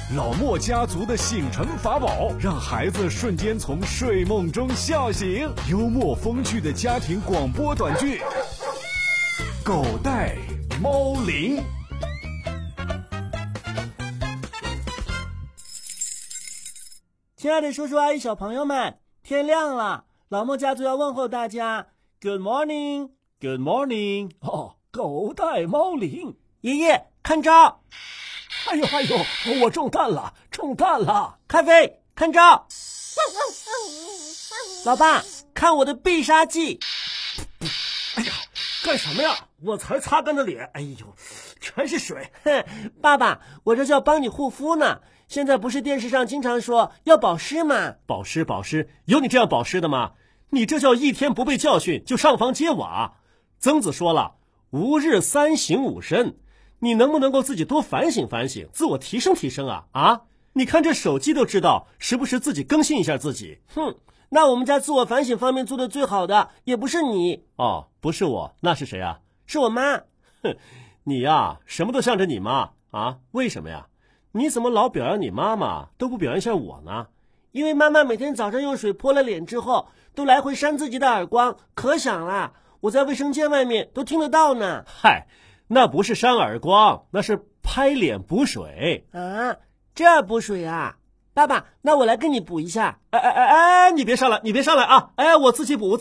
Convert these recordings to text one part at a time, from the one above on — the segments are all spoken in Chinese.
老莫家族的醒神法宝，让孩子瞬间从睡梦中笑醒。幽默风趣的家庭广播短剧，狗带猫铃。 亲爱的叔叔阿姨小朋友们，天亮了，老莫家族要问候大家 Good morning Good morning。 狗带猫铃。 爷爷看招。 哎呦，我中弹了。 咖啡看招。老爸看我的必杀技。 哎呀，干什么呀？我才擦干的脸，哎呦，全是水。 爸爸，我这是要帮你护肤呢。现在不是电视上经常说要保湿吗？ 保湿，有你这样保湿的吗？你这叫一天不被教训就上房揭瓦。曾子说了，吾日三省吾身。你能不能够自己多反省反省，自我提升提升啊？你看这手机都知道时不时自己更新一下自己。 那我们家自我反省方面做的最好的也不是你哦，不是我，那是谁啊？ 是我妈。 你呀，什么都向着你妈啊？为什么呀？你怎么老表扬你妈妈，都不表扬一下我呢？ 因为妈妈每天早上用水泼了脸之后，都来回扇自己的耳光，可响了。我在卫生间外面都听得到呢。 嗨，那不是扇耳光，那是拍脸补水啊！这补水啊？爸爸，那我来给你补一下。 你别上来啊！我自己补。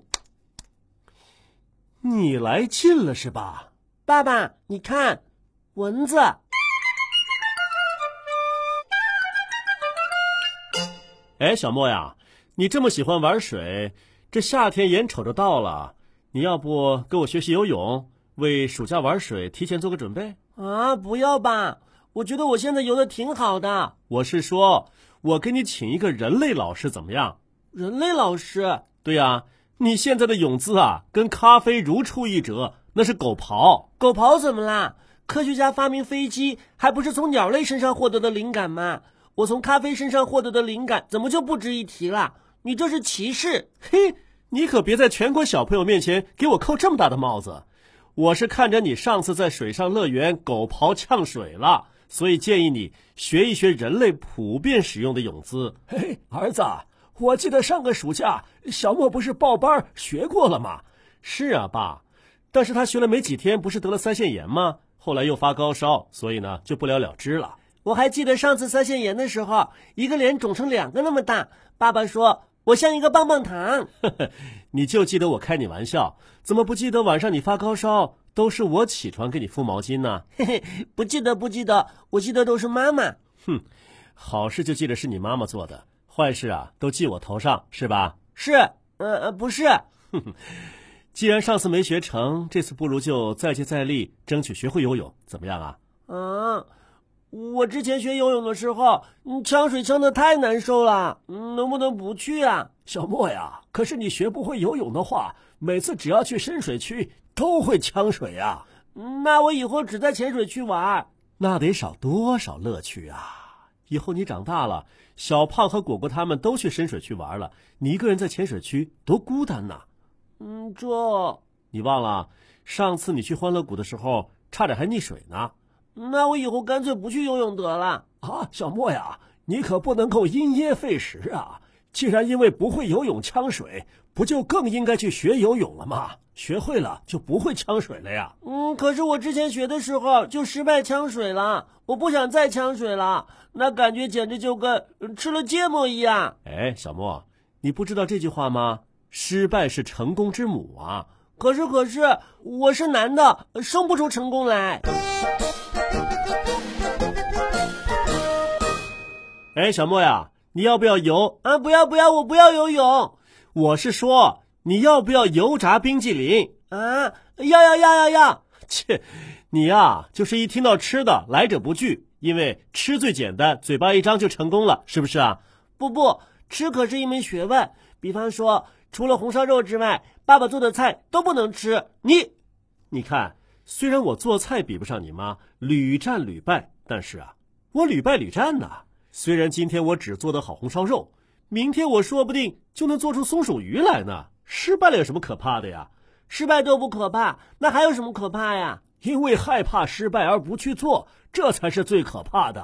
你来劲了是吧？ 爸爸，你看，蚊子。 小莫呀，你这么喜欢玩水，这夏天眼瞅着到了，你要不跟我学习游泳，为暑假玩水提前做个准备？ 不要吧，我觉得我现在游得挺好的。 我是说，我给你请一个人类老师怎么样？ 人类老师？ 对呀，你现在的泳姿跟咖啡如出一辙，那是狗刨。 狗刨怎么啦？科学家发明飞机还不是从鸟类身上获得的灵感吗？我从咖啡身上获得的灵感怎么就不值一提了？你这是歧视。 嘿，你可别在全国小朋友面前给我扣这么大的帽子。我是看着你上次在水上乐园狗刨呛水了，所以建议你学一学人类普遍使用的泳姿。 嘿，儿子，我记得上个暑假小莫不是报班学过了吗？ 是啊，爸，但是他学了没几天，不是得了腮腺炎吗？后来又发高烧，所以呢就不了了之了。 我还记得上次腮腺炎的时候，一个脸肿成2个那么大，爸爸说我像一个棒棒糖。 你就记得我开你玩笑，怎么不记得晚上你发高烧都是我起床给你敷毛巾呢？ 不记得，我记得都是妈妈。 好事就记得是你妈妈做的，坏事都记我头上，是吧？ 是，不是。 既然上次没学成，这次不如就再接再厉，争取学会游泳，怎么样啊？ 我之前学游泳的时候，呛水呛得太难受了，能不能不去啊？ 小莫呀，可是你学不会游泳的话，每次只要去深水区都会呛水啊。 那我以后只在浅水区玩， 那得少多少乐趣啊！以后你长大了，小胖和果果他们都去深水区玩了，你一个人在浅水区多孤单呐。 你忘了上次你去欢乐谷的时候差点还溺水呢。 那我以后干脆不去游泳得了。 小莫呀，你可不能够因噎废食啊！既然因为不会游泳呛水，不就更应该去学游泳了吗？学会了就不会呛水了呀。 可是我之前学的时候就失败呛水了，我不想再呛水了，那感觉简直就跟吃了芥末一样。 小莫，你不知道这句话吗？失败是成功之母啊。 可是我是男的，生不出成功来。 小莫呀，你要不要游？ 不要，我不要游泳。 我是说，你要不要油炸冰激凌？ 要。 切，你呀，就是一听到吃的来者不拒，因为吃最简单，嘴巴一张就成功了，是不是啊？ 不，吃可是一门学问。比方说，除了红烧肉之外，爸爸做的菜都不能吃。 你看，虽然我做菜比不上你妈，屡战屡败，但是我屡败屡战呐。虽然今天我只做得好红烧肉，明天我说不定就能做出松鼠鱼来呢。失败了有什么可怕的呀？ 失败都不可怕，那还有什么可怕呀？ 因为害怕失败而不去做，这才是最可怕的。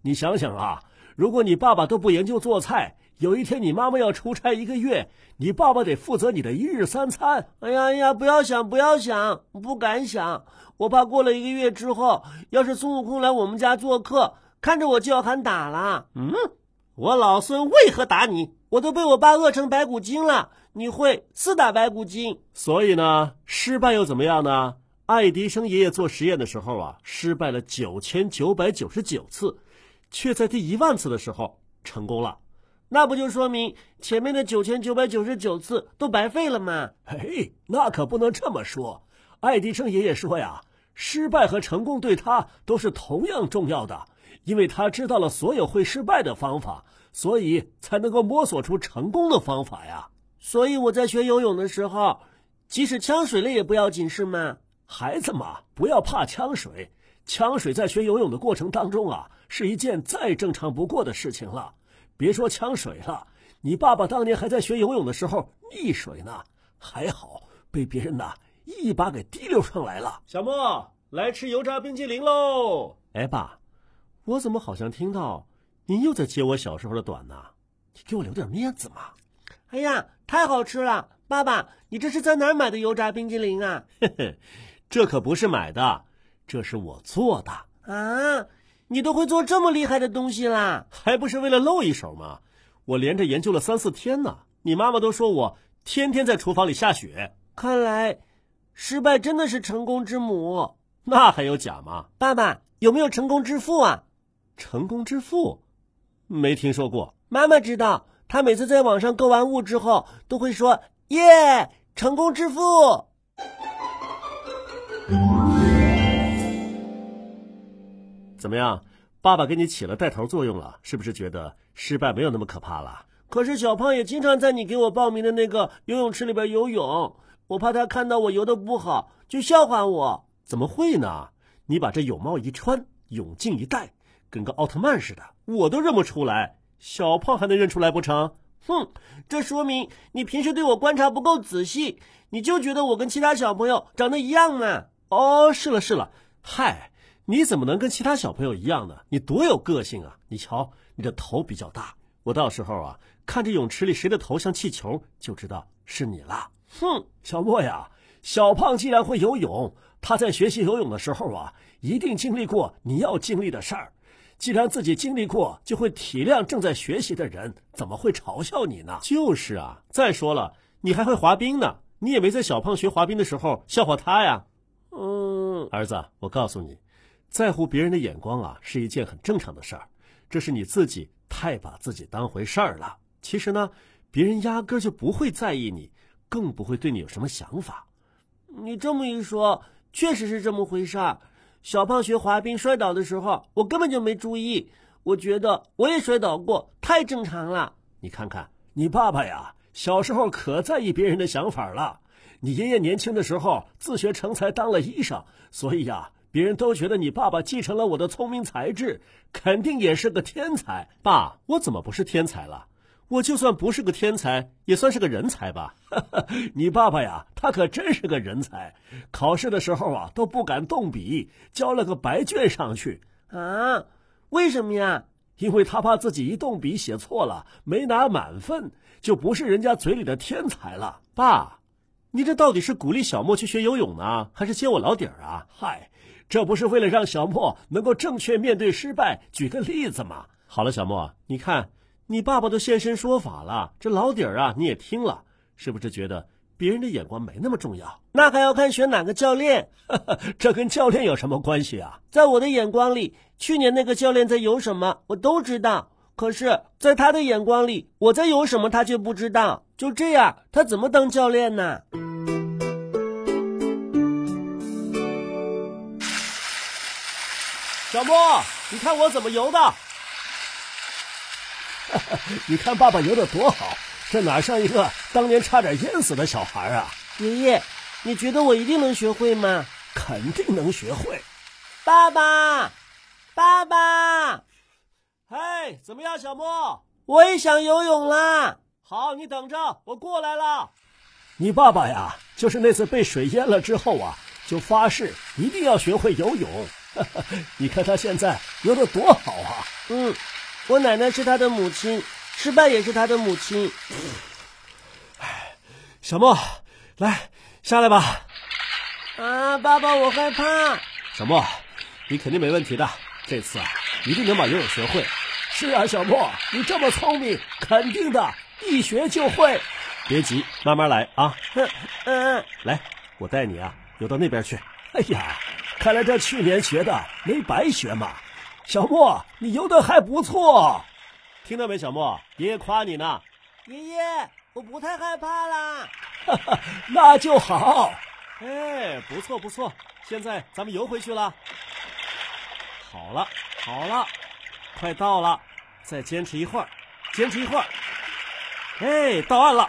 你想想啊，如果你爸爸都不研究做菜，有一天你妈妈要出差1个月，你爸爸得负责你的1日3餐。 哎呀，不要想，不敢想，我怕过了1个月之后，要是孙悟空来我们家做客，看着我就要喊打了。我老孙为何打你？我都被我爸饿成白骨精了，你会4打白骨精。 所以呢，失败又怎么样呢？爱迪生爷爷做实验的时候啊，失败了9999次，却在第10000次的时候成功了。 那不就说明前面的9999次都白费了吗？ 嘿，那可不能这么说。爱迪生爷爷说呀，失败和成功对他都是同样重要的，因为他知道了所有会失败的方法，所以才能够摸索出成功的方法呀。 所以我在学游泳的时候，即使呛水了也不要紧，是吗？ 孩子嘛，不要怕呛水。呛水在学游泳的过程当中啊，是一件再正常不过的事情了。别说呛水了，你爸爸当年还在学游泳的时候溺水呢，还好被别人一把给提溜上来了。 小莫，来吃油炸冰淇淋喽！哎，爸，我怎么好像听到您又在揭我小时候的短呢？你给我留点面子嘛！ 哎呀，太好吃了！爸爸，你这是在哪儿买的油炸冰淇淋啊？ 嘿嘿，这可不是买的，这是我做的啊！你都会做这么厉害的东西啦？ 还不是为了露一手吗？我连着研究了3、4天呢。你妈妈都说我天天在厨房里下雪。 看来失败真的是成功之母。 那还有假吗？ 爸爸，有没有成功之父啊？ 成功之父？没听说过。 妈妈知道，她每次在网上购完物之后都会说耶，成功之父。 怎么样，爸爸给你起了带头作用了，是不是觉得失败没有那么可怕了？ 可是小胖也经常在你给我报名的那个游泳池里边游泳，我怕他看到我游得不好就笑话我。 怎么会呢？你把这泳帽一穿，泳镜一戴，跟个奥特曼似的，我都认不出来，小胖还能认出来不成？ 哼，这说明你平时对我观察不够仔细，你就觉得我跟其他小朋友长得一样嘛。 哦，是了，嗨，你怎么能跟其他小朋友一样呢？你多有个性啊！你瞧，你的头比较大，我到时候看着泳池里谁的头像气球，就知道是你了。 哼， 小莫呀，小胖既然会游泳，他在学习游泳的时候一定经历过你要经历的事儿。既然自己经历过，就会体谅正在学习的人，怎么会嘲笑你呢？ 就是啊，再说了，你还会滑冰呢，你也没在小胖学滑冰的时候笑话他呀。儿子，我告诉你，在乎别人的眼光是一件很正常的事儿，这是你自己太把自己当回事儿了。其实呢，别人压根就不会在意你，更不会对你有什么想法。 你这么一说，确实是这么回事儿。小胖学滑冰摔倒的时候，我根本就没注意，我觉得我也摔倒过，太正常了。 你看看，你爸爸呀，小时候可在意别人的想法了。你爷爷年轻的时候自学成才当了医生，所以别人都觉得你爸爸继承了我的聪明才智，肯定也是个天才。 爸，我怎么不是天才了？我就算不是个天才，也算是个人才吧。 你爸爸呀，他可真是个人才，考试的时候都不敢动笔，交了个白卷上去。 啊？为什么呀？ 因为他怕自己一动笔写错了，没拿满分，就不是人家嘴里的天才了。 爸，你这到底是鼓励小莫去学游泳呢，还是揭我老底儿啊？ 嗨，这不是为了让小莫能够正确面对失败举个例子吗？ 好了，小莫，你看你爸爸都现身说法了，这老底儿你也听了，是不是觉得别人的眼光没那么重要？ 那还要看选哪个教练。 这跟教练有什么关系啊？ 在我的眼光里，去年那个教练在游什么我都知道，可是在他的眼光里，我在游什么他却不知道。就这样，他怎么当教练呢？ 小莫，你看我怎么游的？ 你看爸爸游得多好，这哪像一个当年差点淹死的小孩啊！ 爷爷，你觉得我一定能学会吗？ 肯定能学会。 爸爸，爸爸， 嘿，怎么样，小莫？ 我也想游泳啦！ 好，你等着，我过来了。 你爸爸呀，就是那次被水淹了之后就发誓一定要学会游泳。你看他现在游得多好啊！ 我奶奶是他的母亲，失败也是他的母亲。 小莫，来，下来吧。 啊，爸爸，我害怕。 小莫，你肯定没问题的，这次啊，一定能把游泳学会。 是啊，小莫，你这么聪明，肯定的，一学就会。 别急，慢慢来啊。 来， 我带你啊，游到那边去。 哎呀，看来这去年学的没白学嘛。小莫，你游得还不错。 听到没，小莫，爷爷夸你呢。 爷爷，我不太害怕啦。 那就好。 哎，不错不错，现在咱们游回去了。好了，快到了，再坚持一会儿，哎，到岸了。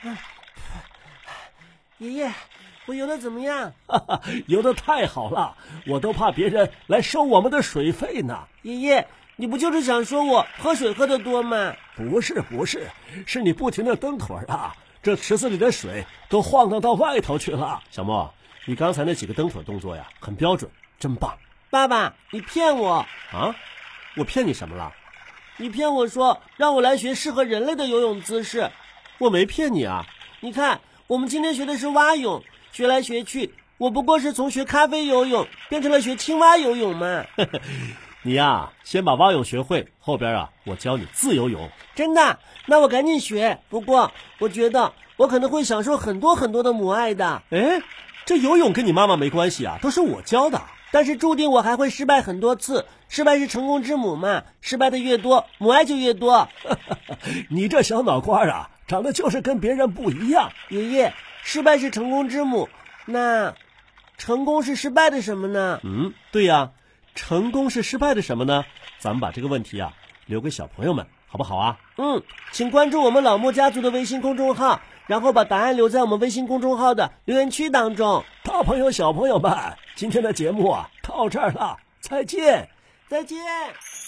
爷爷，我游得怎么样？ 游得太好了，我都怕别人来收我们的水费呢。 爷爷，你不就是想说我喝水喝得多吗？ 不是，是你不停地蹬腿啊，这池子里的水都晃荡到外头去了。 小莫，你刚才那几个蹬腿动作呀，很标准，真棒。 爸爸，你骗我啊？我骗你什么了？ 你骗我说让我来学适合人类的游泳姿势。 我没骗你啊。 你看，我们今天学的是蛙泳，学来学去，我不过是从学咖啡游泳变成了学青蛙游泳嘛。 你呀，先把蛙泳学会，后边啊，我教你自由泳。 真的？那我赶紧学。不过我觉得我可能会享受很多很多的母爱的。 哎，这游泳跟你妈妈没关系啊，都是我教的。 但是注定我还会失败很多次，失败是成功之母嘛，失败的越多，母爱就越多。 你这小脑瓜啊，长得就是跟别人不一样。 爷爷，失败是成功之母，那成功是失败的什么呢？ 对呀，成功是失败的什么呢？咱们把这个问题啊留给小朋友们，好不好啊？ 请关注我们老莫家族的微信公众号，然后把答案留在我们微信公众号的留言区当中。 大朋友小朋友们，今天的节目啊到这儿了，再见。 再见。